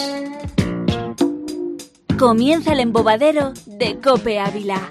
Comienza el embobadero de COPE Ávila.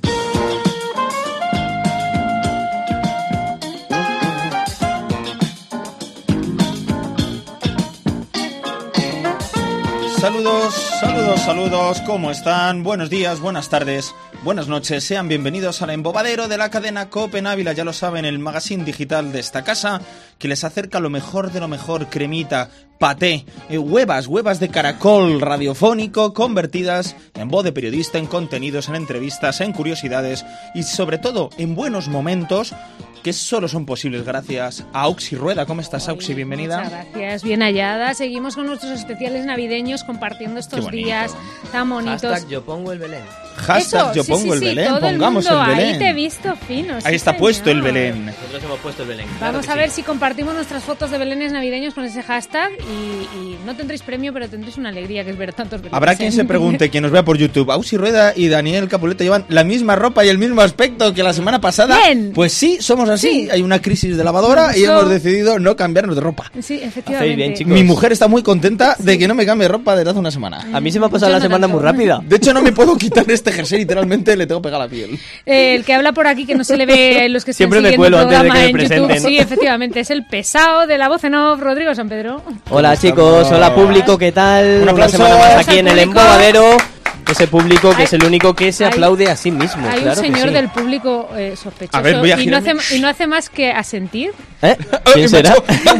Saludos, ¿cómo están? Buenos días, buenas tardes, buenas noches, sean bienvenidos al embobadero de la cadena COPE Ávila, ya lo saben, el magazine digital de esta casa, que les acerca lo mejor de lo mejor, cremita, paté, huevas de caracol radiofónico convertidas en voz de periodista, en contenidos, en entrevistas, en curiosidades y sobre todo en buenos momentos que solo son posibles gracias a Auxi Rueda. ¿Cómo estás, Auxi? Bienvenida. Muchas gracias, bien hallada. Seguimos con nuestros especiales navideños compartiendo estos días tan bonitos. Hashtag yo pongo el Belén. Hashtag yo pongo el Belén, todo pongamos el mundo, Belén. Ahí te he visto fino. Ahí está puesto el Belén. Nosotros hemos puesto el Belén. Vamos a ver si compartimos nuestras fotos de Belenes navideños con ese hashtag y no tendréis premio, pero tendréis una alegría que es ver tantos Belenes. Habrá quien se pregunte, quien nos vea por YouTube, Auxi Rueda y Daniel Capuleta llevan la misma ropa y el mismo aspecto que la semana pasada. Bien. Pues sí, somos así. Sí. Hay una crisis de lavadora y hemos decidido no cambiarnos de ropa. Sí, efectivamente. Hacéis bien, chicos. Mi mujer está muy contenta de que no me cambie de ropa desde hace una semana. A mí se me ha pasado Yo la no semana tanto. muy rápida. De hecho, no me puedo quitar este jersey, literalmente le tengo pegada la piel. El que habla por aquí, que no se le ve los que están Siempre me siguiendo el cuelo antes de programa que me en YouTube. presenten. Sí, efectivamente, es el pesado de la voz en off, Rodrigo San Pedro. Hola chicos, hola público, ¿qué tal? Un Una aplauso. semana más Aplausos aquí al en el público. embobadero. Ese público que Hay- es el único que se hay- aplaude a sí mismo. Hay claro un que señor sí. del público sospechoso A ver, voy a y, no girarme. hace, y no hace más que asentir. ¿Eh? ¿Quién será?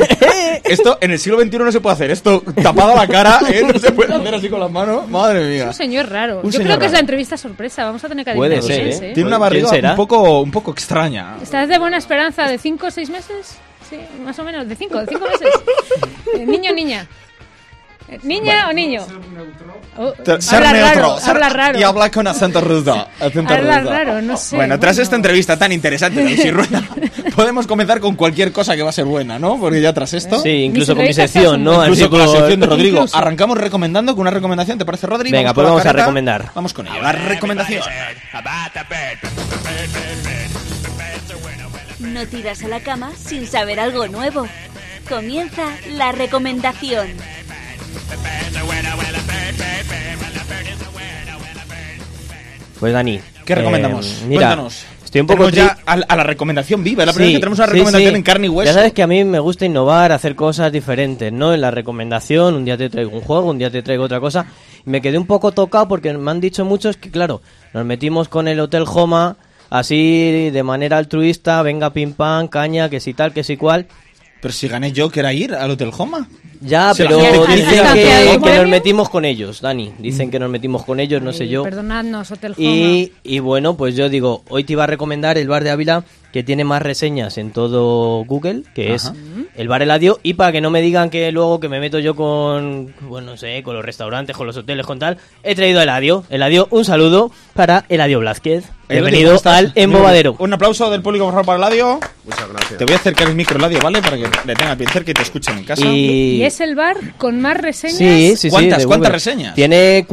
Esto en el siglo XXI no se puede hacer. Esto tapado la cara, no se puede hacer así con las manos. Madre Es mía. un señor raro. Un Yo señor creo que es raro. la entrevista sorpresa. Vamos a tener que Puede adivinar ser, quién es, ¿eh? Tiene una ¿Quién barriga será? un poco extraña. ¿Estás de buena esperanza de 5 o 6 meses? Sí, más o menos, de 5 meses. ¿Niño o niña? ¿Niña o niño? Oh, Ser habla neutro. raro, habla raro. Y habla con acento ruso. Habla raro, no sé. Bueno, tras bueno. esta entrevista tan interesante de Auxi Rueda, podemos comenzar con cualquier cosa que va a ser buena, ¿no? Porque ya tras esto... Sí, incluso Mis con mi entrevistas sección, son- ¿no? Incluso Así con la por- sección de Rodrigo. Incluso. Arrancamos recomendando con una recomendación, ¿te parece, Rodrigo? Venga, con pues la vamos a careta. recomendar. Vamos con ello. La recomendación. No tiras a la cama sin saber algo nuevo. Comienza la recomendación. Pues Dani. ¿Qué recomendamos? Mira, Cuéntanos. estoy un poco Tenemos ya a la recomendación viva. Es la primera vez que tenemos una sí, recomendación sí. en carne y hueso. Ya sabes que a mí me gusta innovar, hacer cosas diferentes, ¿no? En la recomendación, un día te traigo un juego, un día te traigo otra cosa. Y me quedé un poco tocado porque me han dicho muchos que, claro, nos metimos con el Hotel Homa así de manera altruista, venga pim pam, caña, que si tal, que si cual. Pero si gané yo, que era ir al Hotel Homa. Ya, Si la pero gente quiere dicen ir a- que ¿Premio? nos metimos con ellos, Dani. Dicen que nos metimos con ellos, no sé yo. Perdonadnos, Hotel Homa. Y bueno, pues yo digo, hoy te iba a recomendar el bar de Ávila, que tiene más reseñas en todo Google, que es el bar Eladio, y para que no me digan que luego que me meto yo con, bueno, no sé, con los restaurantes, con los hoteles, con tal, he traído a Eladio. Eladio, un saludo para Eladio Blázquez. Eladio, Bienvenido ¿cómo estás? al embobadero. Un aplauso del público, por favor, para Eladio. Muchas gracias. Te voy a acercar el micro, Eladio, ¿vale? Para que le tengas bien cerca y te escuchen en casa. Y es el bar con más reseñas. Sí, sí, ¿Cuántas? de ¿Cuántas Google. reseñas? Tiene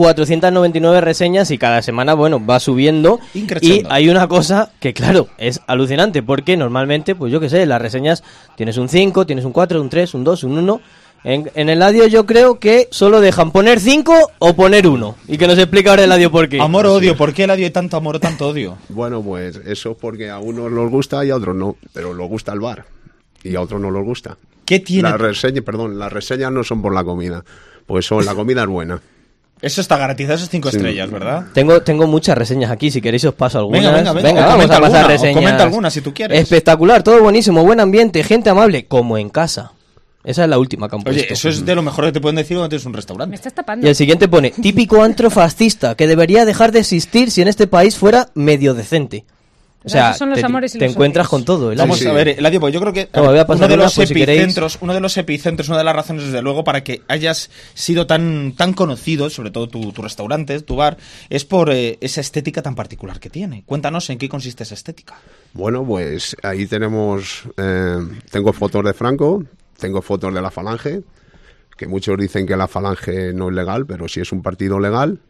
499 reseñas y cada semana, bueno, va subiendo. Y Increchendo. hay una cosa que, claro, es alucinante porque normalmente, pues yo qué sé, las reseñas tienes un 5, tienes un 4, un 3, un 2, un 1. En el Eladio yo creo que solo dejan poner 5 o poner 1. Y que nos explica ahora el Eladio por qué. Amor o odio. ¿Por qué Eladio hay tanto amor o tanto odio? Bueno, pues eso es porque a unos les gusta y a otros no. Pero les gusta el bar. Y a otros no les gusta. ¿Qué tiene? Las reseñas no son por la comida. Pues la comida es buena. Eso está garantizado, esos 5 Sí. estrellas, ¿verdad? Tengo muchas reseñas aquí, si queréis os paso algunas. Venga, vamos comenta a pasar alguna, o reseñas. comenta alguna si tú quieres. Espectacular, todo buenísimo, buen ambiente, gente amable, como en casa. Esa es la última que han puesto. Oye, eso es de lo mejor que te pueden decir cuando tienes un restaurante. Me estás tapando. Y el siguiente pone, típico antro fascista, que debería dejar de existir si en este país fuera medio decente. O sea, Esos son los amores y te los encuentras odios. con todo. Eladio. Vamos Sí. a ver, Eladio, pues yo creo que No, voy a pasar uno de una, los pues, si queréis. epicentros, una de las razones, desde luego, para que hayas sido tan conocido, sobre todo tu restaurante, tu bar, es por esa estética tan particular que tiene. Cuéntanos en qué consiste esa estética. Bueno, pues ahí tenemos... tengo fotos de Franco, tengo fotos de la Falange, que muchos dicen que la Falange no es legal, pero sí es un partido legal.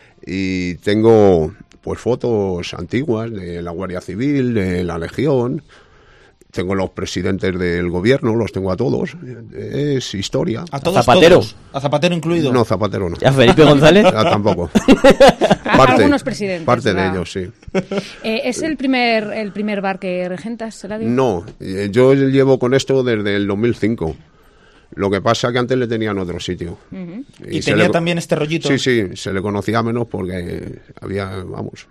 Y tengo pues fotos antiguas de la Guardia Civil, de la Legión. tengo los presidentes del gobierno, los tengo a todos. Es historia. A todos, Zapatero. todos. A Zapatero incluido. No, Zapatero no. ¿A Felipe González? Tampoco. Algunos presidentes. Parte de va. ellos, sí. ¿Es el primer bar que regentas, Eladio? No, yo llevo con esto desde el 2005. Lo que pasa que antes le tenían otro sitio. Y se tenía le- también este rollito. Sí, se le conocía menos porque había, vamos,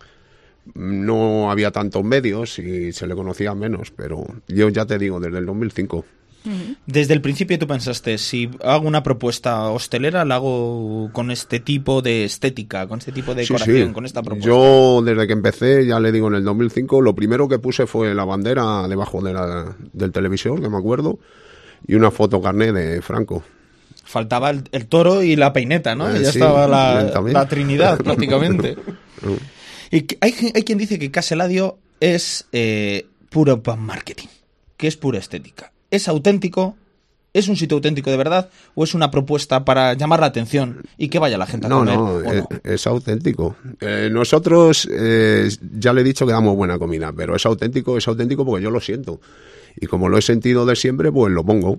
no había tantos medios y se le conocía menos, pero yo ya te digo, desde el 2005. Desde el principio tú pensaste, si hago una propuesta hostelera, la hago con este tipo de estética, con este tipo de Sí, decoración, sí. con esta propuesta. Yo, desde que empecé, ya le digo, en el 2005, lo primero que puse fue la bandera debajo del televisor, que me acuerdo, y una foto carné de Franco. Faltaba el toro y la peineta, ¿no? Y ya Sí, estaba también. la Trinidad, prácticamente. Y hay quien dice que Caseladio es puro pan marketing, que es pura estética. ¿Es auténtico? ¿Es un sitio auténtico de verdad? ¿O es una propuesta para llamar la atención y que vaya la gente a comer? ¿O no? Es auténtico. Nosotros, ya le he dicho que damos buena comida, pero es auténtico porque yo lo siento. Y como lo he sentido de siempre, pues lo pongo.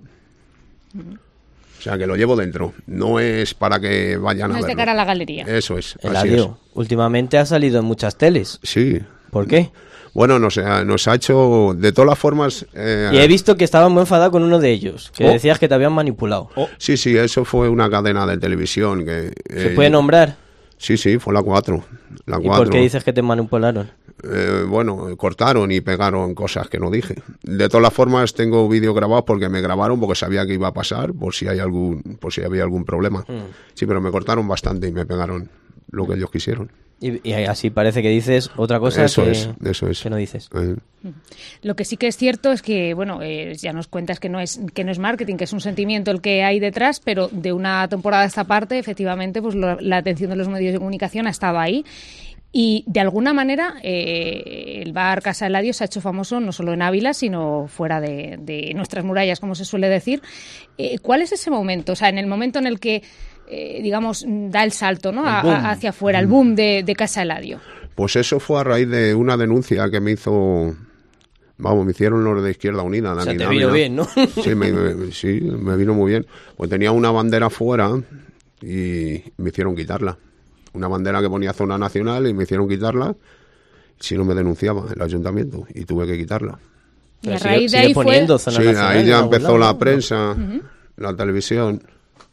O sea, que lo llevo dentro. No es para que vayan No a es de verlo. cara a la galería. Eso es. Así es. Eladio, últimamente ha salido en muchas teles. Sí. ¿Por qué? Bueno, nos ha hecho, de todas las formas... Y he visto que estabas muy enfadado con uno de ellos, que Oh. decías que te habían manipulado. Sí, eso fue una cadena de televisión que... ¿Se puede nombrar? Sí, fue la 4. La ¿Y 4. por qué dices que te manipularon? Bueno, cortaron y pegaron cosas que no dije. De todas las formas, tengo vídeos grabados porque me grabaron porque sabía que iba a pasar por si había algún problema. Sí, pero me cortaron bastante y me pegaron lo que ellos quisieron. Y así parece que dices otra cosa Eso que, es. que no dices. Lo que sí que es cierto es que, bueno, ya nos cuentas que no es marketing, que es un sentimiento el que hay detrás, pero de una temporada a esta parte, efectivamente, pues la atención de los medios de comunicación ha estado ahí. Y de alguna manera el bar Casa Eladio se ha hecho famoso no solo en Ávila, sino fuera de nuestras murallas, como se suele decir. ¿Cuál es ese momento? O sea, en el momento en el que, digamos, da el salto, ¿no? Hacia afuera, el boom de Casa Eladio. Pues eso fue a raíz de una denuncia que me hizo... Vamos, me hicieron los de Izquierda Unida. O sea, Dani te Dávila. vino bien, ¿no? Sí, me vino muy bien. Pues tenía una bandera fuera y me hicieron quitarla. Una bandera que ponía zona nacional y me hicieron quitarla. Si no me denunciaba el ayuntamiento y tuve que quitarla. Y a Pero raíz de sigue ahí fue... poniendo zona Sí, nacional ahí en ya algún empezó lado, la ¿no? prensa, la televisión.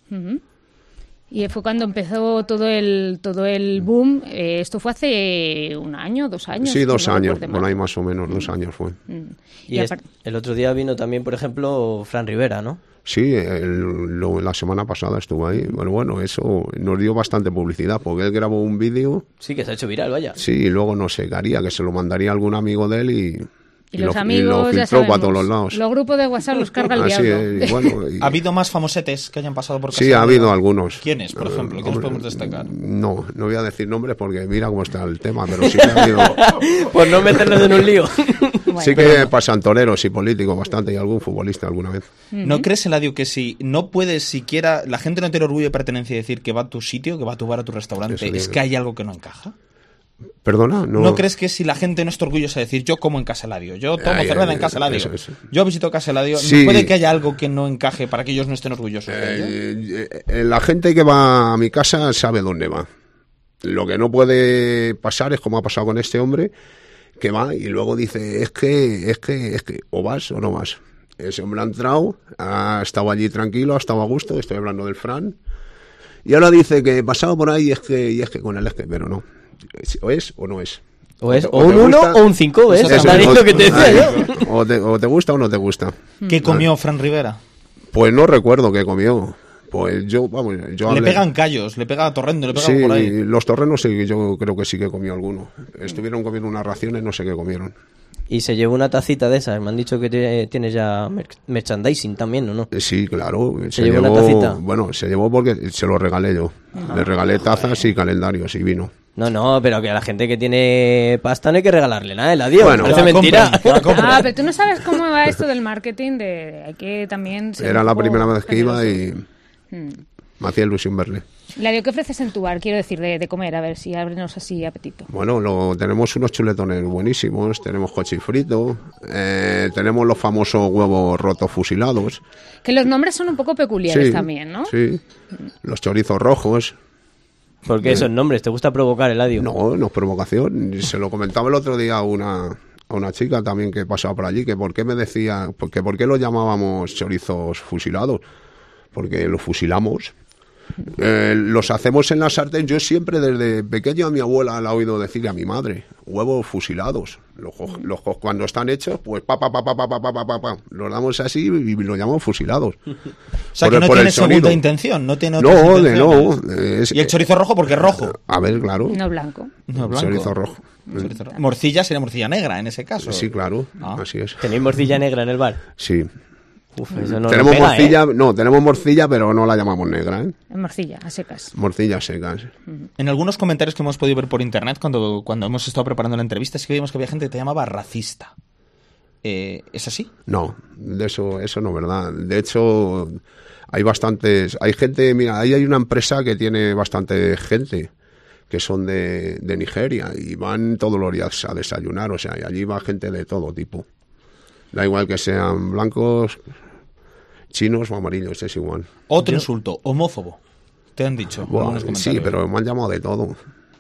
Y fue cuando empezó todo el boom. Esto fue hace un año, 2 años. Sí, 2 no años, recuerde por mal. ahí más o menos, 2 años fue. Y el otro día vino también, por ejemplo, Fran Rivera, ¿no? Sí, la semana pasada estuvo ahí. Bueno, eso nos dio bastante publicidad, porque él grabó un vídeo, Sí, que se ha hecho viral, vaya. sí, y luego no sé qué haría, que se lo mandaría a algún amigo de él Y los lo amigos, ya filtró para sabemos, todos los lados. los grupos de WhatsApp los carga el Así diablo. es, y bueno, y- ¿Ha habido más famosetes que hayan pasado por Casa sí, ha Eladio? habido algunos. ¿Quiénes, por ejemplo? ¿Quiénes Hombre, podemos destacar? No voy a decir nombres porque mira cómo está el tema, pero sí que ha habido... Por no meternos en un lío. Bueno, Sí que pasan toreros y políticos bastante y algún futbolista alguna vez. ¿No crees, Eladio, que si no puedes siquiera... La gente no tiene orgullo de pertenencia y decir que va a tu sitio, que va a tu bar, a tu restaurante, Eso es digo. que hay algo que no encaja? Perdona, ¿No crees que si la gente no está orgullosa de decir yo como en Casa Eladio, yo tomo Ay, cerveza ay, en Casa Eladio, eso. yo visito Casa Eladio, Sí. ¿no puede que haya algo que no encaje para que ellos no estén orgullosos de ello? La gente que va a mi casa sabe dónde va. Lo que no puede pasar es como ha pasado con este hombre, que va y luego dice, es que, o vas o no vas. Ese hombre ha entrado, ha estado allí tranquilo, ha estado a gusto, estoy hablando del Fran, y ahora dice que pasado por ahí y es que con él es que, pero no. O es o no es. O es te- o un te 1 gusta- o un 5, ¿ves? Eso, Está lo que te decía ahí, yo. o te gusta o no te gusta. ¿Qué comió Fran Rivera? Pues no recuerdo qué comió. Pues yo Le hablé- pegan callos, le pega a Torrendo, le pega Sí, por ahí. los torrenos sí, yo creo que sí que comió alguno. Estuvieron comiendo unas raciones, no sé qué comieron. Y se llevó una tacita de esas. Me han dicho que tienes ya merchandising también, ¿o no? Sí, claro. ¿Se llevó una tacita? Bueno, se llevó porque se lo regalé yo. Le regalé tazas y calendarios y vino. No, pero que a la gente que tiene pasta no hay que regalarle nada, Eladio. Bueno, Parece que la mentira. compren, que la compren. pero tú no sabes cómo va esto del marketing, hay que también... ser Era un la poco primera vez que iba generoso. y... me hacía ilusión verle. Ladio, ¿qué ofreces en tu bar? Quiero decir, de comer, a ver si abrenos así apetito. Bueno, tenemos unos chuletones buenísimos, tenemos cochifrito, tenemos los famosos huevos rotos fusilados. Que los nombres son un poco peculiares también, ¿no? Sí, los chorizos rojos. ¿Por qué esos nombres? ¿Te gusta provocar, Eladio? No es provocación. Se lo comentaba el otro día a una chica también que pasaba por allí, que por qué me decía, que por qué los llamábamos chorizos fusilados. Porque los fusilamos. Los hacemos en la sartén. Yo siempre desde pequeño a mi abuela le he oído decir a mi madre, huevos fusilados. Los cuando están hechos, pues los damos así y los llamamos fusilados. O sea, que no tiene segunda intención, no tiene otra ¿Y el chorizo rojo porque es rojo? A ver, claro. No blanco. Chorizo rojo. Morcilla sería morcilla negra en ese caso. Sí, claro, así es. ¿Tenéis morcilla negra en el bar? Sí. Uf, eso no tenemos pega, morcilla, tenemos morcilla, pero no la llamamos negra, ¿eh? Morcilla, a secas. Morcilla secas. En algunos comentarios que hemos podido ver por internet cuando hemos estado preparando la entrevista, sí que vimos que había gente que te llamaba racista. ¿Es así? No, de eso no es verdad. De hecho, hay gente, mira, ahí hay una empresa que tiene bastante gente que son de Nigeria y van todos los días a desayunar, o sea, y allí va gente de todo tipo. Da igual que sean blancos, chinos o amarillos, es igual. Otro insulto, homófobo, te han dicho. Bueno, sí, pero me han llamado de todo.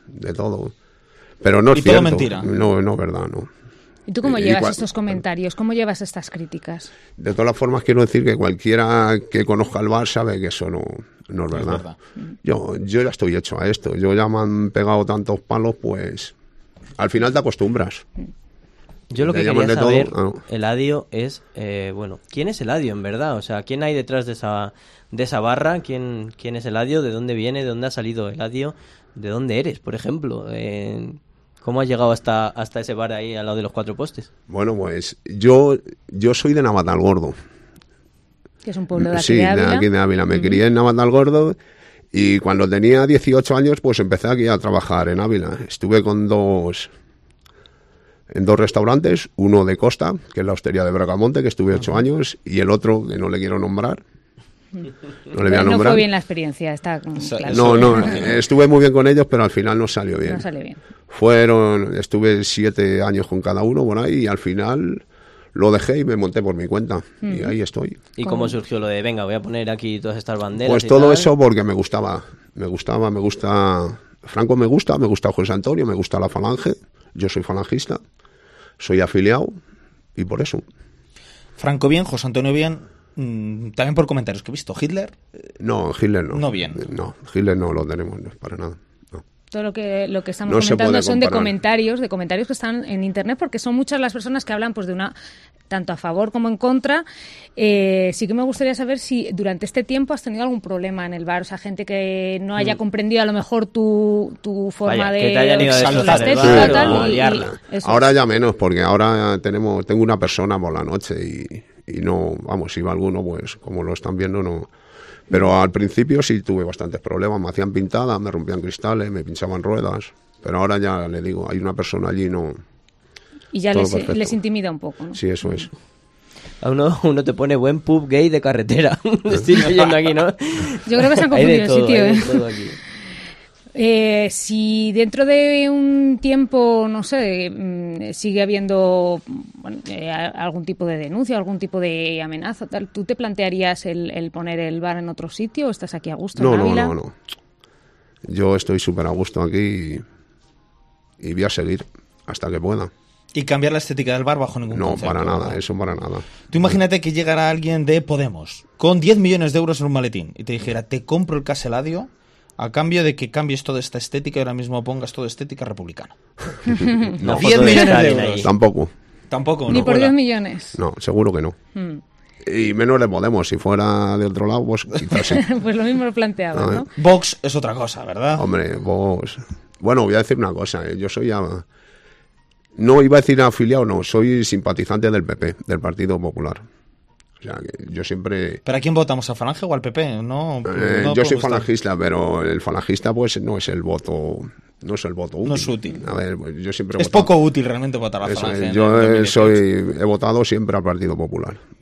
Pero no es ¿Y cierto. todo mentira? No, es verdad, no. ¿Y tú cómo llevas estos comentarios? ¿Cómo llevas estas críticas? De todas formas, quiero decir que cualquiera que conozca el bar sabe que eso no es verdad. Yo ya estoy hecho a esto. Yo ya me han pegado tantos palos, pues al final te acostumbras. Yo lo que quería saber, Eladio, es, ¿quién es Eladio en verdad? O sea, ¿quién hay detrás de esa barra? ¿Quién es Eladio? ¿De dónde viene? ¿De dónde ha salido Eladio? ¿De dónde eres, por ejemplo? ¿Cómo has llegado hasta ese bar ahí al lado de los Cuatro Postes? Bueno, pues yo soy de Navatalgordo. Que es un pueblo de aquí sí, de Ávila. de aquí de Ávila. Me crié en Navatalgordo y cuando tenía 18 años pues empecé aquí a trabajar en Ávila. Estuve en dos restaurantes, uno de Costa, que es la Hostería de Bracamonte, que estuve 8 años, y el otro, que no le quiero nombrar. No le voy a nombrar. No fue bien la experiencia, está claro. No, estuve muy bien con ellos, pero al final no salió bien. No salió bien. Estuve 7 años con cada uno por ahí, y al final lo dejé y me monté por mi cuenta. Y ahí estoy. ¿Y cómo surgió lo de, venga, voy a poner aquí todas estas banderas? Pues todo eso porque me gusta Franco, me gusta José Antonio, me gusta la Falange. Yo soy falangista, soy afiliado y por eso. Franco bien, José Antonio bien, también por comentarios que he visto. ¿Hitler? No, Hitler no. No bien. No, Hitler no lo tenemos, no, para nada. No. Todo lo que estamos comentando son de comentarios que están en internet, porque son muchas las personas que hablan pues de una, tanto a favor como en contra. Sí que me gustaría saber si durante este tiempo has tenido algún problema en el bar, o sea, gente que no haya comprendido a lo mejor tu forma de... que te hayan ido a saltar el bar tal, o a liarla. Ahora ya menos, porque ahora tengo una persona por la noche y no, vamos, si va alguno, pues como lo están viendo, no... Pero al principio sí tuve bastantes problemas, me hacían pintadas, me rompían cristales, me pinchaban ruedas, pero ahora ya le digo, hay una persona allí, no... Y ya les intimida un poco, ¿no? Sí, eso es. A uno te pone buen pub gay de carretera. Estoy leyendo aquí, ¿no? Yo creo que se han confundido el sitio, si dentro de un tiempo, no sé, sigue habiendo algún tipo de denuncia, algún tipo de amenaza, tal, ¿tú te plantearías el poner el bar en otro sitio o estás aquí a gusto en Ávila? No. Yo estoy súper a gusto aquí y voy a seguir hasta que pueda. ¿Y cambiar la estética del bar bajo ningún concepto? No, para nada, eso para nada. Tú imagínate que llegara alguien de Podemos con 10 millones de euros en un maletín y te dijera, te compro el Casa Eladio a cambio de que cambies toda esta estética y ahora mismo pongas toda estética republicana. No, 10 millones de euros. Tampoco. Ni por 10 millones. No, seguro que no. Y menos de Podemos. Si fuera de otro lado, pues quizás sí. Pues lo mismo lo planteaba, ¿no? Vox es otra cosa, ¿verdad? Hombre, Vox... Bueno, voy a decir una cosa. Yo soy no iba a decir afiliado, no. Soy simpatizante del PP, del Partido Popular. O sea, que yo siempre... ¿Pero a quién votamos? ¿A Falange o al PP? No yo soy falangista, pero el falangista pues no es el voto útil. No es útil. A ver, pues yo siempre es poco útil realmente votar a la Falange. Yo he votado siempre al Partido Popular.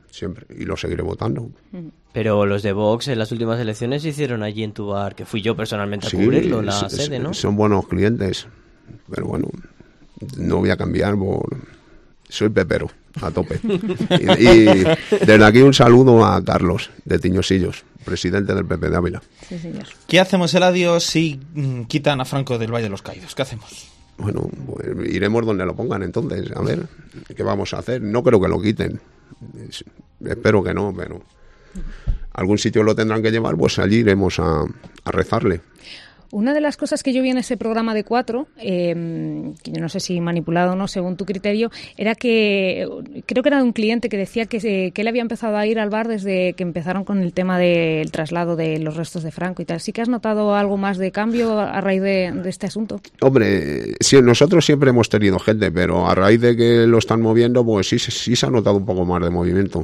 siempre, y lo seguiré votando. Pero los de Vox en las últimas elecciones se hicieron allí en tu bar, que fui yo personalmente a cubrirlo, la sede, ¿no? Son buenos clientes, pero bueno, no voy a cambiar soy pepero, a tope. y desde aquí un saludo a Carlos de Tiñosillos, presidente del PP de Ávila. Sí, señor. ¿Qué hacemos, Eladio, si quitan a Franco del Valle de los Caídos? ¿Qué hacemos? Bueno, pues iremos donde lo pongan entonces, a ver, ¿qué vamos a hacer? No creo que lo quiten, espero que no, pero algún sitio lo tendrán que llevar, pues allí iremos a rezarle. Una de las cosas que yo vi en ese programa de 4, que yo no sé si manipulado o no, según tu criterio, era que, creo que era de un cliente que decía que él había empezado a ir al bar desde que empezaron con el tema del traslado de los restos de Franco y tal. ¿Sí que has notado algo más de cambio a raíz de este asunto? Hombre, sí, nosotros siempre hemos tenido gente, pero a raíz de que lo están moviendo, pues sí se ha notado un poco más de movimiento.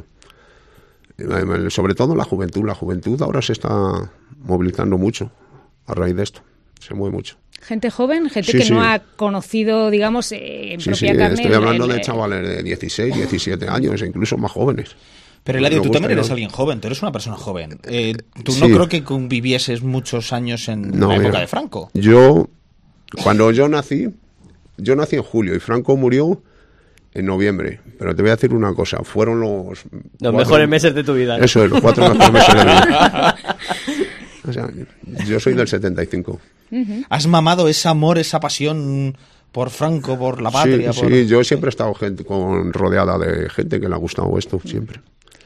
Sobre todo la juventud ahora se está movilizando mucho. A raíz de esto, se mueve mucho. ¿Gente joven? ¿Gente que no ha conocido, digamos, en propia carne? Estoy hablando de chavales de 16, 17 años, incluso más jóvenes. Pero Eladio, tú también eres alguien joven, tú eres una persona joven. Tú no creo que convivieses muchos años en la época de Franco. Cuando yo nací en julio y Franco murió en noviembre. Pero te voy a decir una cosa, fueron los mejores meses de tu vida, ¿no? Eso es, los 4 mejores meses de mi vida. O sea, yo soy del 75. ¿Has mamado ese amor, esa pasión por Franco, por la patria? Sí, yo siempre he estado rodeada de gente que le ha gustado esto, siempre.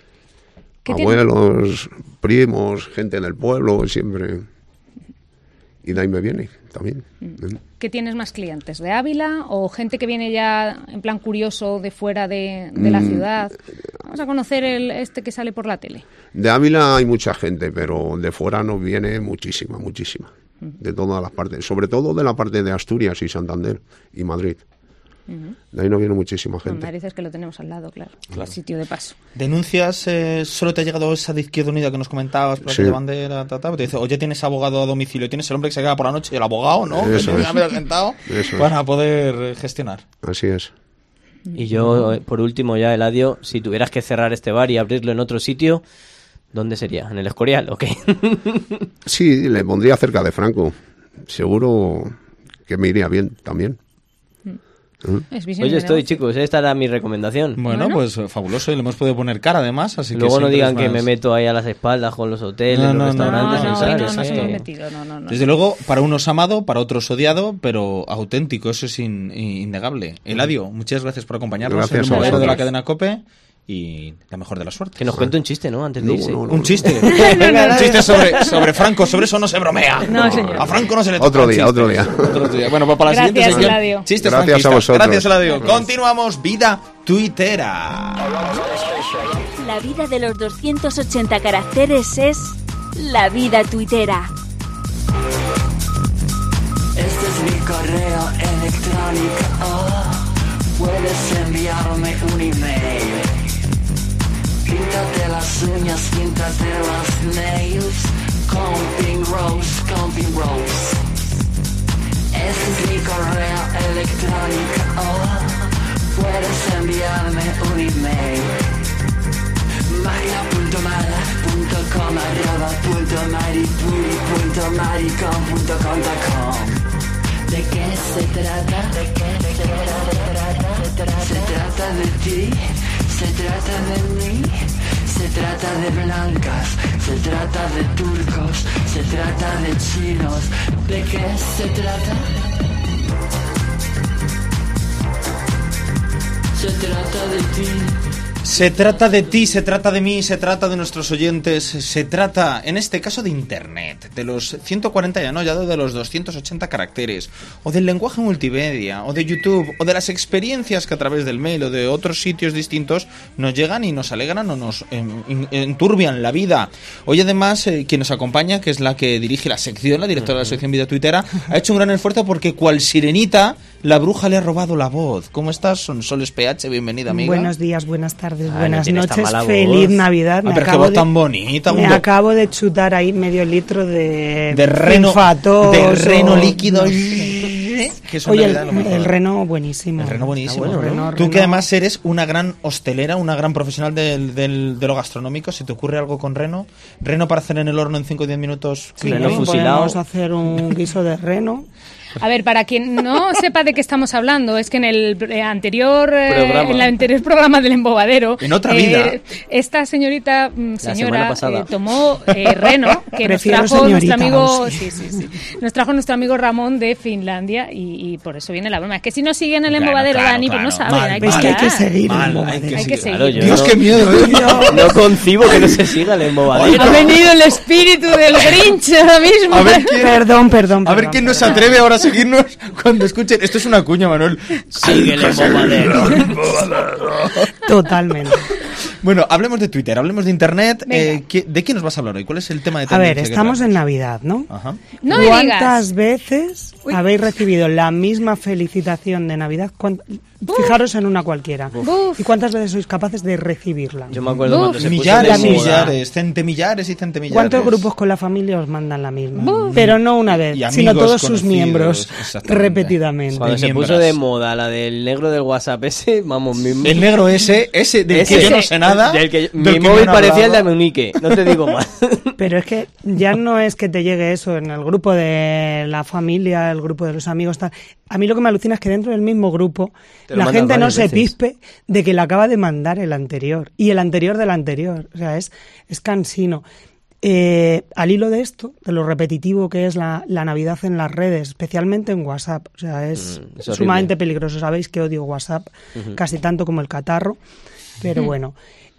Abuelos, primos, gente del pueblo, siempre. Y de ahí me viene también. ¿Qué tienes más clientes? ¿De Ávila o gente que viene ya en plan curioso de fuera de la ciudad? Vamos a conocer este que sale por la tele. De Ávila hay mucha gente, pero de fuera nos viene muchísima. De todas las partes, sobre todo de la parte de Asturias y Santander y Madrid. De ahí nos viene muchísima gente. Narices que lo tenemos al lado, claro. Sitio de paso. ¿Denuncias? ¿Solo te ha llegado esa de Izquierda Unida que nos comentabas por aquella bandera? Te dice, oye, tienes abogado a domicilio, tienes el hombre que se queda por la noche y el abogado, ¿no? Eso que me ha sentado para poder gestionar. Así es. Y yo, por último ya, Eladio, si tuvieras que cerrar este bar y abrirlo en otro sitio, ¿dónde sería? ¿En el Escorial o qué? Sí, le pondría cerca de Franco. Seguro que me iría bien también. Oye, estoy, chicos, esta era mi recomendación. Bueno, pues fabuloso, y le hemos podido poner cara además, así luego que no digan que me meto ahí a las espaldas con los hoteles, los restaurantes. No se me ha metido, no. Desde luego, para unos amado, para otros odiado, pero auténtico, eso es innegable. Eladio, muchas gracias por acompañarnos en el modelo de la cadena COPE. Y la mejor de la suerte. Que nos cuente un chiste, ¿no? Antes de irse. Un chiste. Un chiste sobre Franco, sobre eso no se bromea. No, señor. A Franco no se le toca. Otro día. Bueno, pues para la siguiente sección. Eladio. Chistes gracias franquistas. a vosotros. Gracias, Eladio. Continuamos, vida tuitera. La vida de los 280 caracteres es la vida tuitera. Este es mi correo electrónico. Puedes enviarme un email. Píntate las uñas, píntate las nails. Comping Rose. Este es mi correo electrónico. Puedes enviarme un email. maria.mari.maricon.com. ¿De qué se trata? Se trata de ti, se trata de mí, se trata de blancas, se trata de turcos, se trata de chinos. ¿De qué se trata? Se trata de ti. Se trata de ti, se trata de mí, se trata de nuestros oyentes, se trata, en este caso, de Internet, de los 140 ya no, ya de los 280 caracteres, o del lenguaje multimedia, o de YouTube, o de las experiencias que a través del mail o de otros sitios distintos nos llegan y nos alegran o nos enturbian la vida. Hoy además, quien nos acompaña, que es la que dirige la sección, la directora de la sección Vida Tuitera, ha hecho un gran esfuerzo porque cual sirenita, la bruja le ha robado la voz. ¿Cómo estás? Sonsoles PH, bienvenida, amiga. Buenos días, buenas tardes, buenas no noches, feliz Navidad. Pero qué voz tan bonita. Me acabo de chutar ahí medio litro de reno líquido. que es Oye, Navidad lo mejor. el reno buenísimo. El reno buenísimo. Está bueno, ¿no? Tú Reno. que además eres una gran hostelera, una gran profesional de lo gastronómico, si te ocurre algo con reno para hacer en el horno en 5 o 10 minutos. Sí, Reno fusilado. podemos hacer un guiso de reno. A ver, para quien no sepa de qué estamos hablando, es que en el anterior programa del Embobadero, En otra vida. Esta señora semana pasada. tomó reno, que nos Prefiero trajo nuestro señorita, amigo, vamos. sí. Nos trajo nuestro amigo Ramón de Finlandia y por eso viene la broma. Es que si no siguen el Claro, Embobadero, claro, Dani, pues no claro. saben. Mal, hay Es que hay que mirar. seguir Mal, el hay Embobadero. que Hay que seguir. seguir. Claro, yo Dios, no- qué miedo. No concibo que no se siga el Embobadero. Ha venido el espíritu del Grinch ahora mismo. A ver quién, Perdón. a ver quién nos atreve ahora a seguirnos cuando escuchen. Esto es una cuña, Manuel. Sigue el Embobadero. Totalmente. Bueno, hablemos de Twitter, hablemos de Internet. Venga. ¿De qué nos vas a hablar hoy? ¿Cuál es el tema de A tendencia ver, que estamos traes? en Navidad, ¿no? Ajá. No me ¿Cuántas digas. veces habéis recibido la misma felicitación de Navidad? Fijaros en una cualquiera. Uf. ¿Y cuántas veces sois capaces de recibirla? Yo me acuerdo Uf. cuando se puso Millares de y moda. millares, centemillares y centemillares. ¿Cuántos grupos con la familia os mandan la misma? Pero no una vez, Y sino amigos todos sus conocidos, miembros exactamente. repetidamente. Cuando se miembros. puso de moda la del negro del WhatsApp ese, vamos, El negro ese del que yo no sé nada. Del que del mi que me móvil han parecía el de hablado. Amunique, no te digo más. Pero es que ya no es que te llegue eso en el grupo de la familia, el grupo de los amigos, tal. A mí lo que me alucina es que dentro del mismo grupo Te lo la mandan gente no varias se veces. pispe de que le acaba de mandar el anterior y el anterior del anterior. O sea, es cansino. Al hilo de esto, de lo repetitivo que es la Navidad en las redes, especialmente en WhatsApp, o sea, es horrible. sumamente peligroso. Sabéis que odio WhatsApp casi tanto como el catarro, pero bueno.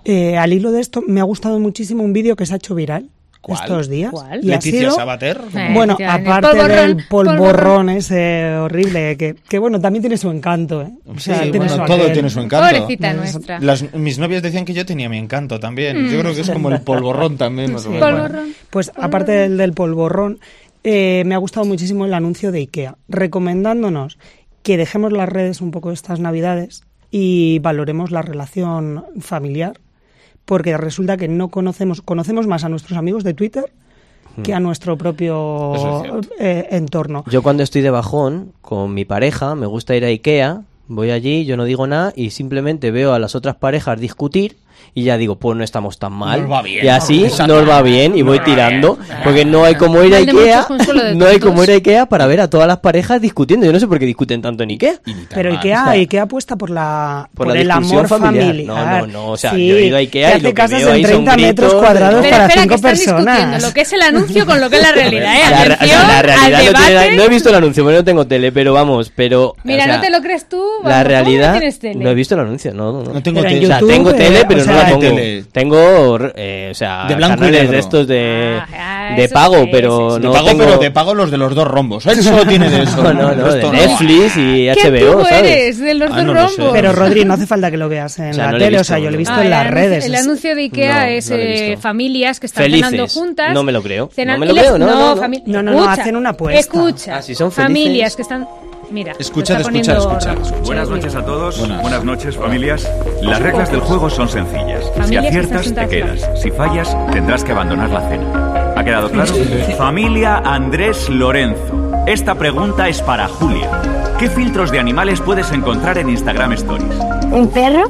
Al hilo de esto, me ha gustado muchísimo un vídeo que se ha hecho viral ¿Cuál? estos días. ¿Cuál? Y ha Leticia sido, Sabater. bueno, efectivamente. aparte Polvorrón, del polvorrón ese horrible, que bueno, también tiene su encanto, ¿eh? O sea, Sí, tiene bueno, su todo aquel. tiene su encanto. Pobrecita nuestra. Mis novias decían que yo tenía mi encanto también. Yo creo que es como el polvorrón también. Más o Sí, menos. Polvorrón. Pues aparte del polvorrón, me ha gustado muchísimo el anuncio de IKEA, recomendándonos que dejemos las redes un poco estas Navidades y valoremos la relación familiar, porque resulta que no conocemos más a nuestros amigos de Twitter que a nuestro propio Eso es cierto. entorno. Yo cuando estoy de bajón con mi pareja, me gusta ir a Ikea, voy allí, yo no digo nada y simplemente veo a las otras parejas discutir y ya digo, pues no estamos tan mal. Nos va bien. Y así nos va bien y voy tirando. Porque no hay como ir a Mal de Ikea, muchos, consuelo de no hay tontos. como ir a Ikea para ver a todas las parejas discutiendo. Yo no sé por qué discuten tanto en Ikea. Y ni tan Pero mal. IKEA apuesta por la el discusión amor familiar. familiar. No, o sea, Sí, yo he ido a Ikea que y hace lo que casas veo en ahí son 30 metros gritos, cuadrados Pero para espera, 5 que están discutiendo personas. lo que es el anuncio con lo que es la realidad, ¿eh? La Atención realidad al no tiene debate. nada- no he visto el anuncio, porque no tengo tele, pero vamos, Mira, o sea, ¿no te lo crees tú? Vamos, La ¿cómo realidad, no tienes tele? no he visto el anuncio, no. No tengo Pero en tele. O sea, YouTube, tengo tele, pero o no la sea, pongo. tele. Tengo, o sea, De blanco y canales negro. de estos de eso pago, sí, pero De no pago, tengo... pero de pago los de los dos rombos. Él solo tiene de eso. No, de Esto Netflix y ¿Qué HBO, tú ¿sabes? eres de los Ah, dos no lo sé. rombos? Pero Rodri, no hace falta que lo veas en O sea, la no lo he tele, o visto, sea, yo lo he visto Ah, en las redes. El anuncio de Ikea No, es no lo he visto. familias que están Felices. cenando juntas. No me lo creo. cenan- No me lo y les- creo, no. No, Escucha, hacen una apuesta. Escucha, Ah, si son felices. familias que están... Mira, Escuchad, lo está poniendo escuchad. Ramón. Buenas noches a todos. Buenas. Buenas noches, familias. Las reglas del juego son sencillas. Si Familias que aciertas, están te sentadas quedas. Si fallas, tendrás que abandonar la cena. ¿Ha quedado claro? Familia Andrés Lorenzo. Esta pregunta es para Julia. ¿Qué filtros de animales puedes encontrar en Instagram Stories? Un perro,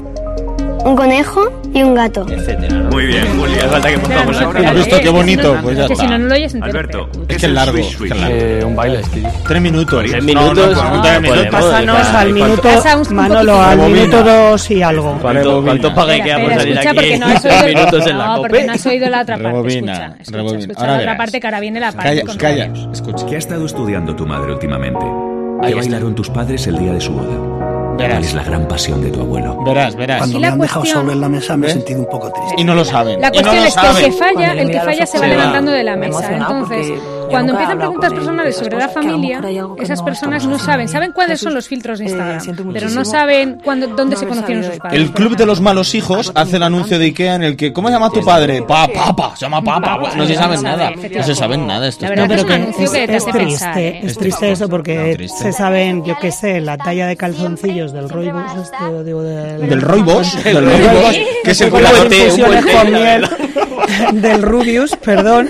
un conejo y un gato. Etcétera, ¿no? Muy bien, Julia. Falta que Espera, pongamos no, ahora. ¿Has visto qué que si bonito? no- Pues ya que está. si no, no lo oyes entero. Alberto, pero- ¿qué Es que es largo. swish es swish? que es largo. Un baile, Speedy. 3 minutos. 3 minutos. No, podemos, Pásanos o sea, al minuto, Pasa un Manolo, poquito. al Rebobina. minuto 2 y algo. ¿Cuánto paga Espera, Ikea por espera, salir escucha, aquí porque no has 3 oído- minutos en la No, COPE? porque no has oído la otra parte. Rebobina, Escucha, rebobina. escucha Ahora la otra verás. parte que ahora viene la parte Calla, con calla, sueños. escucha. ¿Qué ha estado estudiando tu madre últimamente? Ahí ¿Qué está. bailaron tus padres el día de su boda? ¿Cuál Verás, es la gran pasión de tu abuelo? verás. Aquí la cuestión, la mesa me he sentido un poco triste. Y no lo saben. la y no cuestión lo es que el que saben. falla, Cuando le el que mira falla los se va ojos, levantando de la me he mesa. emocionado Entonces, porque yo cuando nunca he empiezan hablado preguntas con él personales de sobre esas la cosas, que a lo familia, mejor hay algo que esas no personas estamos no saben. haciendo. ¿Saben cuáles Jesús, son los filtros de Instagram? siento Pero no muchísimo saben dónde no se haber conocieron sabido sus de padres. El por club de ejemplo. los malos hijos hace el anuncio de Ikea en el que ¿cómo se llama tu padre? Papa, se llama Papa. Papa, No se no saben sabe, nada. No efectivamente. se saben nada estos. La verdad No, que pero es un que anuncio que te hace pensar, ¿eh? es triste eso porque No, triste. se saben, yo qué sé, la talla de calzoncillos del Roibos, digo, Del Roibos, del Roibos, Roibos, que es el con jugador infusiones té, con miel del Rubius, perdón.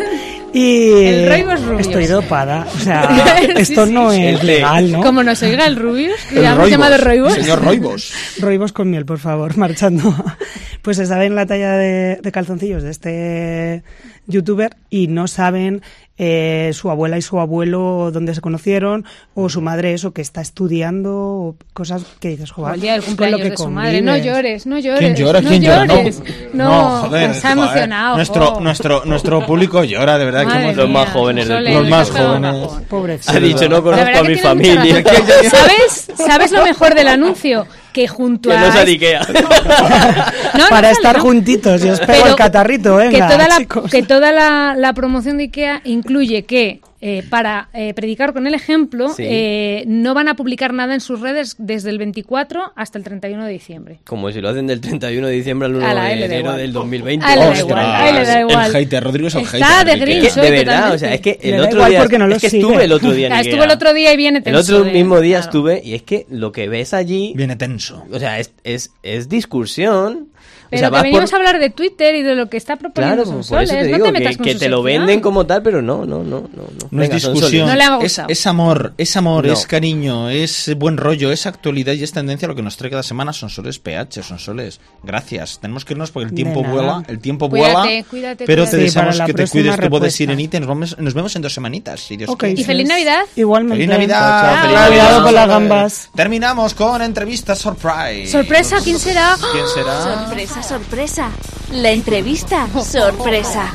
Y El Roibos Rubius. estoy dopada, o sea, esto sí, no es legal, ¿no? Como nos oiga el Rubius, que El ya hemos Roibos, llamado Roibos. señor Roibos. Roibos con miel, por favor, marchando. Pues se saben la talla de calzoncillos de este youtuber y no saben su abuela y su abuelo dónde se conocieron, o su madre eso, que está estudiando, o cosas que dices, joder, El día del con lo cumpleaños que de su madre. No convives. llores, no llores. ¿Quién llora? no ¿Quién llora? llores. No, joder, se ha joder. emocionado. Nuestro público llora, de verdad. Madre Que Los mía, más jóvenes del Sole, Los le más toca jóvenes. bajón. Pobrecito. Ha dicho, no La conozco verdad a mi que tiene mucha familia. razón. ¿Sabes lo mejor del anuncio? Que junto Que a... no es Ikea. No, Para no estar sale, ¿no? juntitos y os pego Pero el catarrito, venga, chicos. que toda la promoción de IKEA incluye que para predicar con el ejemplo Sí. no van a publicar nada en sus redes desde el 24 hasta el 31 de diciembre. Como si lo hacen del 31 de diciembre al 1 A la de él le da enero igual. del 2020. A él le da Ostras, igual, a él le da igual. El hater, Rodrigo es el Está hater. de Ikea. gris. Es que, de Soy verdad, totalmente. o sea, es que Le el da otro igual día porque no lo es que sigue. estuve el otro día en Estuve Ikea. el otro día y viene El tenso, otro mismo día claro. estuve y es que lo que ves allí, Viene tenso. o sea, es discusión. O Pero sea, que vas venimos por- a hablar de Twitter y de lo que está proponiendo Claro, por Sonsoles. eso te No digo te metas con que su te lo sección. venden como tal, pero no. No Venga, es Sonsoles. discusión, No le ha es, gustado. es amor, No. es cariño, es buen rollo, es actualidad y es tendencia lo que nos trae cada semana Sonsoles PH, Sonsoles. Gracias, tenemos que irnos porque el tiempo De nada. vuela, el tiempo Cuídate, vuela, cuídate, pero cuídate. te Sí, deseamos para la que te próxima cuides tu voz de respuesta. sirenita y nos vemos en 2 semanitas, si Dios Ok, quiere. Y feliz Navidad. Igualmente. ¡Feliz Navidad! Chao. ¡Feliz Cuidado Navidad! con las gambas. Terminamos con entrevista surprise. Sorpresa, ¿quién será? ¿Quién será? Sorpresa, sorpresa. La entrevista sorpresa.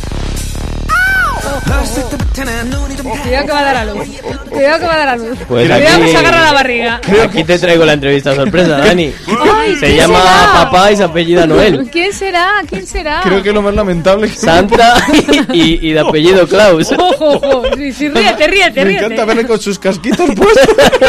Cuidado que va a dar a luz. Cuidado que va a dar a luz. Pues Cuidado aquí- que se agarra la barriga. Aquí te traigo la entrevista sorpresa, Dani. Ay, Se ¿quién llama será? Papá y se apellida Noel. ¿Quién será? ¿Quién será? Creo que lo más lamentable que Santa y de apellido Klaus. Ojo, ojo. Sí, ríete. me encanta verle con sus casquitos puestos.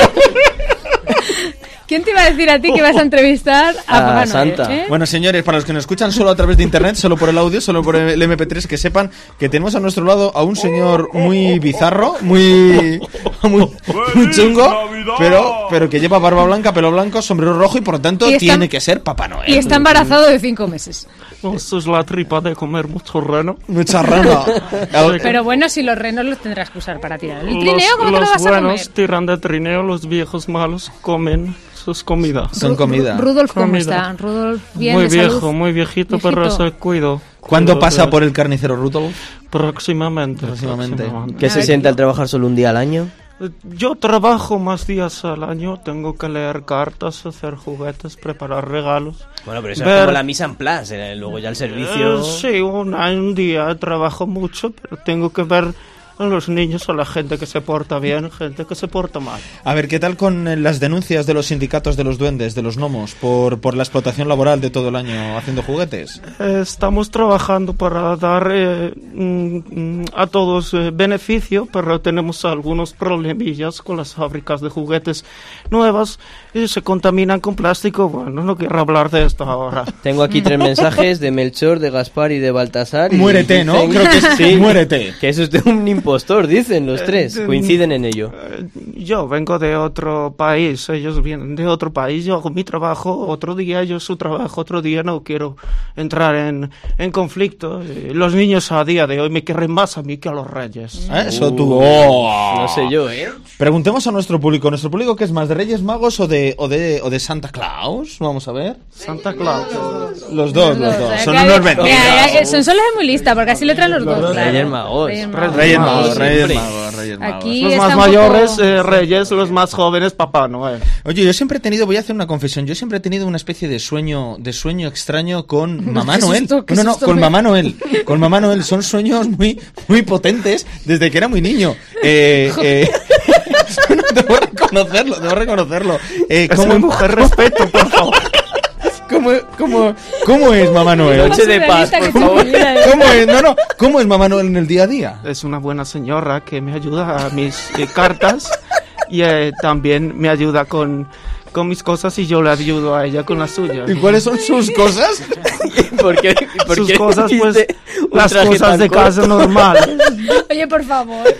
¿Quién te iba a decir a ti que vas a entrevistar a A Papá Noel? Santa. ¿eh? Bueno, señores, para los que nos escuchan solo a través de internet, solo por el audio, solo por el MP3, que sepan que tenemos a nuestro lado a un señor muy bizarro, muy chungo, pero que lleva barba blanca, pelo blanco, sombrero rojo y por lo tanto Y está- tiene que ser Papá Noel. Y está embarazado de 5 meses. Esto es la tripa de comer mucho reno. Mucha rana. Pero bueno, si los renos los tendrás que usar para tirar. ¿El trineo cómo te lo los vas a buenos comer? tiran de trineo, los viejos malos comen sus comidas. Son comida. Rudolf, ¿cómo Comida. está? Rudolf, bien, Muy de salud. viejo, muy viejito, pero Viejito. se cuido. ¿Cuándo Cuido pasa de- por el carnicero Rudolf? Próximamente. Próximamente. ¿Qué se siente al trabajar solo un día al año? Yo trabajo más días al año, tengo que leer cartas, hacer juguetes, preparar regalos. Bueno, pero eso Ver- es como la mise en place, luego ya el servicio... Sí, un día trabajo mucho, pero tengo que ver a los niños, a la gente que se porta bien, gente que se porta mal. A ver, ¿qué tal con las denuncias de los sindicatos de los duendes, de los gnomos, por la explotación laboral de todo el año haciendo juguetes? Estamos trabajando para dar a todos beneficio, pero tenemos algunos problemillas con las fábricas de juguetes nuevas y se contaminan con plástico. Bueno, no quiero hablar de esto ahora. Tengo aquí 3 mensajes de Melchor, de Gaspar y de Baltasar. y Muérete, ¿no? dicen- Creo que sí, muérete. Que es usted un impostor, dicen los 3. Coinciden en ello. Yo vengo de otro país, ellos vienen de otro país, yo hago mi trabajo otro día, ellos su trabajo otro día, no quiero entrar en conflicto. Los niños a día de hoy me quieren más a mí que a los reyes. Eso tú. Oh. No sé yo, ¿eh? Preguntemos a nuestro público. ¿Nuestro público qué es más, de Reyes Magos o de Santa Claus? Vamos a ver. Santa Claus. Los dos. Son Ya, unos ya, vendidos. Sonsoles es muy lista, porque así le traen los dos. claro. Reyes Magos. Reyes Magos, Siempre. Reyes Magos. Aquí Los está más un poco- mayores, reyes, los más jóvenes, Papá Noel. Oye, yo siempre he tenido, voy a hacer una confesión, yo siempre he tenido una especie de sueño extraño con Mamá Qué Noel. susto, qué No, susto con me- Mamá Noel. Con Mamá Noel. Son sueños muy potentes desde que era muy niño. No, debo reconocerlo. Es mi mujer, respeto, por favor. ¿Cómo es Mamá Noel? Noche de paz, surrealista por que se favor. me olvida, ¿eh? ¿Cómo es? No, ¿cómo es Mamá Noel en el día a día? Es una buena señora que me ayuda a mis cartas y también me ayuda con mis cosas y yo le ayudo a ella con las suyas. ¿Y cuáles son sus cosas? ¿Por qué Sus cosas, pues, hiciste un las traje cosas tan de corto? casa normales. Oye, por favor.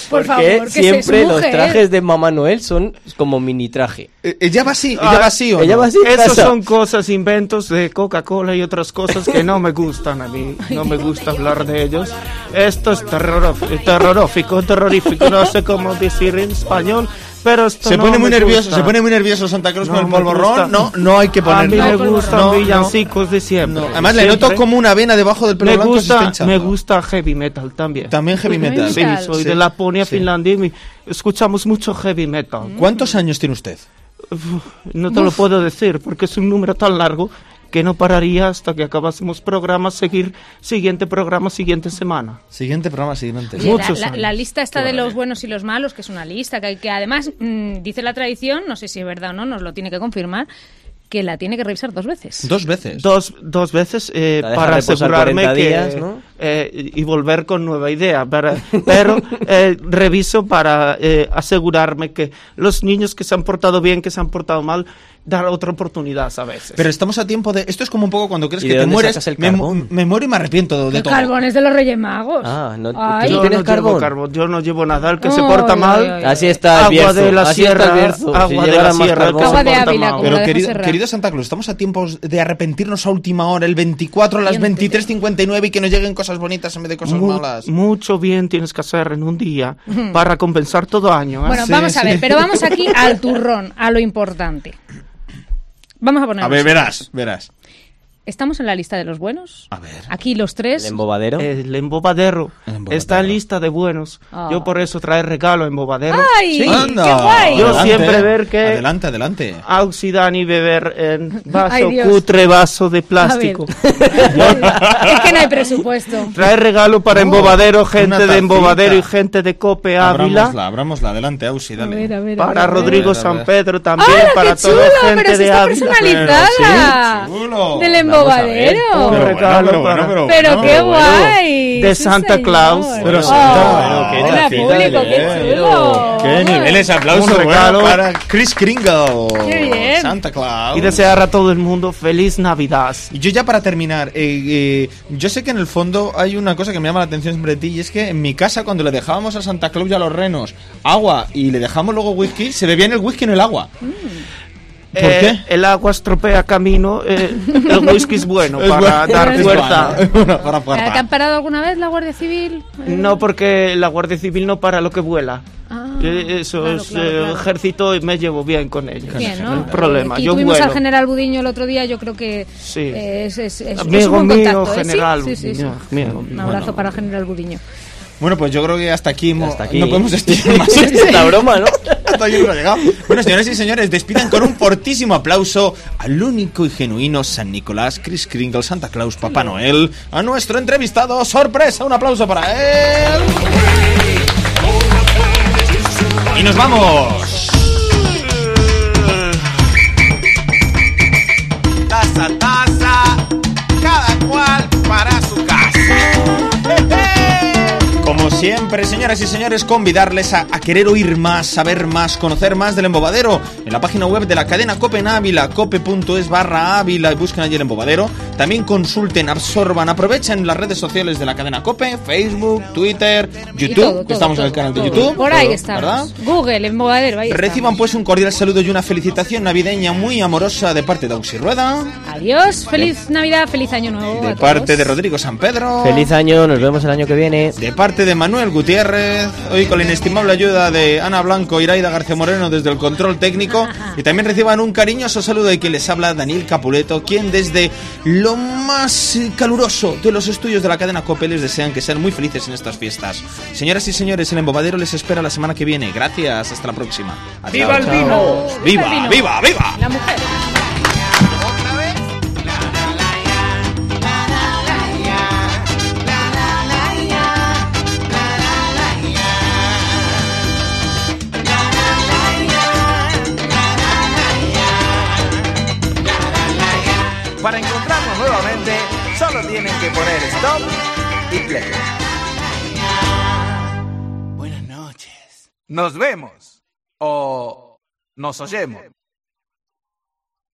Por Porque favor, que siempre se los mujer. trajes de Mamá Noel son como mini traje. ¿Ella va así? ¿Ella va así o Ella no? va así en Esos casa. son cosas, inventos de Coca-Cola y otras cosas que no me gustan a mí. No me gusta hablar de ellos. Esto es terrorífico, no sé cómo decir en español, pero esto Se no pone muy me nervioso, gusta. se pone muy nervioso Santa Claus No con el me polvorrón. gusta. No hay que A mí ponerlo. me gustan No, villancicos de siempre. no. Además, le noto Siempre. como una vena debajo del pelo me blanco. se está gusta, hinchando. me gusta heavy metal también. También heavy metal. Sí, soy de Laponia, Finlandia, y escuchamos mucho heavy metal. ¿Cuántos años tiene usted? No te lo puedo decir porque es un número tan largo que no pararía hasta que acabásemos programa, seguir siguiente programa, siguiente semana. Siguiente programa, siguiente. Oye, Muchos la años. lista está de los buenos y los malos, que es una lista, que además dice la tradición, no sé si es verdad o no, nos lo tiene que confirmar, que la tiene que revisar 2 veces. 2 veces. Dos veces La deja para reposar asegurarme 40 que días, ¿no? Y volver con nueva idea. Pero reviso para asegurarme que los niños que se han portado bien, que se han portado mal, dar otra oportunidad a veces. Pero estamos a tiempo de... Esto es como un poco cuando crees ¿Y que de te dónde mueres. sacas el carbón? Me muero y me arrepiento de ¿Qué todo. carbones de los Reyes Magos? Ah, no, Ay. ¿tú yo tienes no carbón? llevo carbón, yo no llevo nada. El que se Ay, porta ay, mal, ay, Así está el agua Bierzo. de la Así está el sierra, Bierzo. Si agua de llegara la más sierra, el que carbón. Agua se de porta Ávila, mal. como Pero la deja querido, Serra. querido Santa Claus, estamos a tiempo de arrepentirnos a última hora, el 24 a las 23:59 y que nos lleguen cosas bonitas en vez de cosas malas. Mucho bien tienes que hacer en un día para compensar todo año. ¿eh? Bueno, Sí, vamos a ver, sí. pero vamos aquí al turrón, a lo importante. Vamos a poner. A ver, verás. ¿Estamos en la lista de los buenos? A ver. Aquí los 3. El embobadero. El embobadero está en lista de buenos. Ah. Yo por eso trae regalo embobadero. ¡Ay! Anda. ¡Qué guay! Yo Adelante. siempre ver que- Adelante. Auxidani beber en vaso, Ay, Dios. cutre vaso de plástico. Es que no hay presupuesto. Trae regalo para embobadero, una gente de tacita. embobadero y gente de Cope Ávila. Abrámosla, adelante, Ausi, A dale. ver, a ver. Para a ver. Rodrigo A ver. San Pedro también, ¡Hala, para qué toda chulo! gente Pero si de está Ávila. personalizada. Pero sí, chulo. Del Vamos a ver. embobadero. Un Pero regalo para- Pero qué bueno. guay. De sí, Santa señor. Claus. Pero Oh, Santa, qué hola, tacita público, de qué leer. chulo. Qué niveles, aplauso Un regalo. bueno para Chris Kringle. Qué bien. Santa Claus. Y desear a todo el mundo feliz Navidad. Y yo ya para terminar, yo sé que en el fondo hay una cosa que me llama la atención siempre de ti, y es que en mi casa cuando le dejábamos a Santa Claus y a los renos agua y le dejamos luego whisky, se bebían el whisky en el agua. ¿Por qué? El agua estropea camino, el whisky es bueno Es para bueno. dar Es fuerza. bueno, para ¿Te fuerza. han parado alguna vez la Guardia Civil? No, porque la Guardia Civil no para lo que vuela. Ah, Eso claro, es claro. ejército y me llevo bien con ellos. Bien, ¿no? No hay problema. Aquí Yo tuvimos vuelo. al general Budiño el otro día, yo creo que Sí. es Amigo un buen mío, contacto, ¿eh? general. Sí, sí, sí. Mío. Un abrazo para general Budiño. Bueno, pues yo creo que hasta aquí, Hasta aquí. no podemos estirar más. Esta broma, ¿no? Hasta aquí hemos llegado. Bueno, señoras y señores, despidan con un fortísimo aplauso al único y genuino San Nicolás, Chris Kringle, Santa Claus, Papá Noel, a nuestro entrevistado. ¡Sorpresa! Un aplauso para él. Y nos vamos. Taza, cada cual para su casa. Como siempre, señoras y señores, convidarles a querer oír más, saber más, conocer más del Embobadero en la página web de la cadena Cope en Ávila, cope.es/Ávila, y busquen allí el Embobadero. También consulten, absorban, aprovechen las redes sociales de la cadena Cope, Facebook, Twitter, YouTube, todo, que estamos en el canal de YouTube. Por ahí todo, estamos. ¿verdad? Google, Embobadero, ahí Reciban pues un cordial saludo y una felicitación navideña muy amorosa de parte de Auxi Rueda, estamos. Adiós, feliz Navidad, feliz Año Nuevo. de a parte todos. de Rodrigo San Pedro. Feliz año, nos vemos el año que viene. De parte de Manuel Gutiérrez, hoy con la inestimable ayuda de Ana Blanco y Iraida García Moreno desde el control técnico. Y también reciban un cariñoso saludo de quien les habla, Daniel Capuleto, quien desde lo más caluroso de los estudios de la cadena COPE les desean que sean muy felices en estas fiestas. Señoras y señores, el Embobadero les espera la semana que viene. Gracias, hasta la próxima. Adiós. ¡Viva el vino! ¡Viva, viva, viva! La mujer. Para encontrarnos nuevamente, solo tienen que poner stop y play. Buenas noches. Nos vemos o nos oyemos.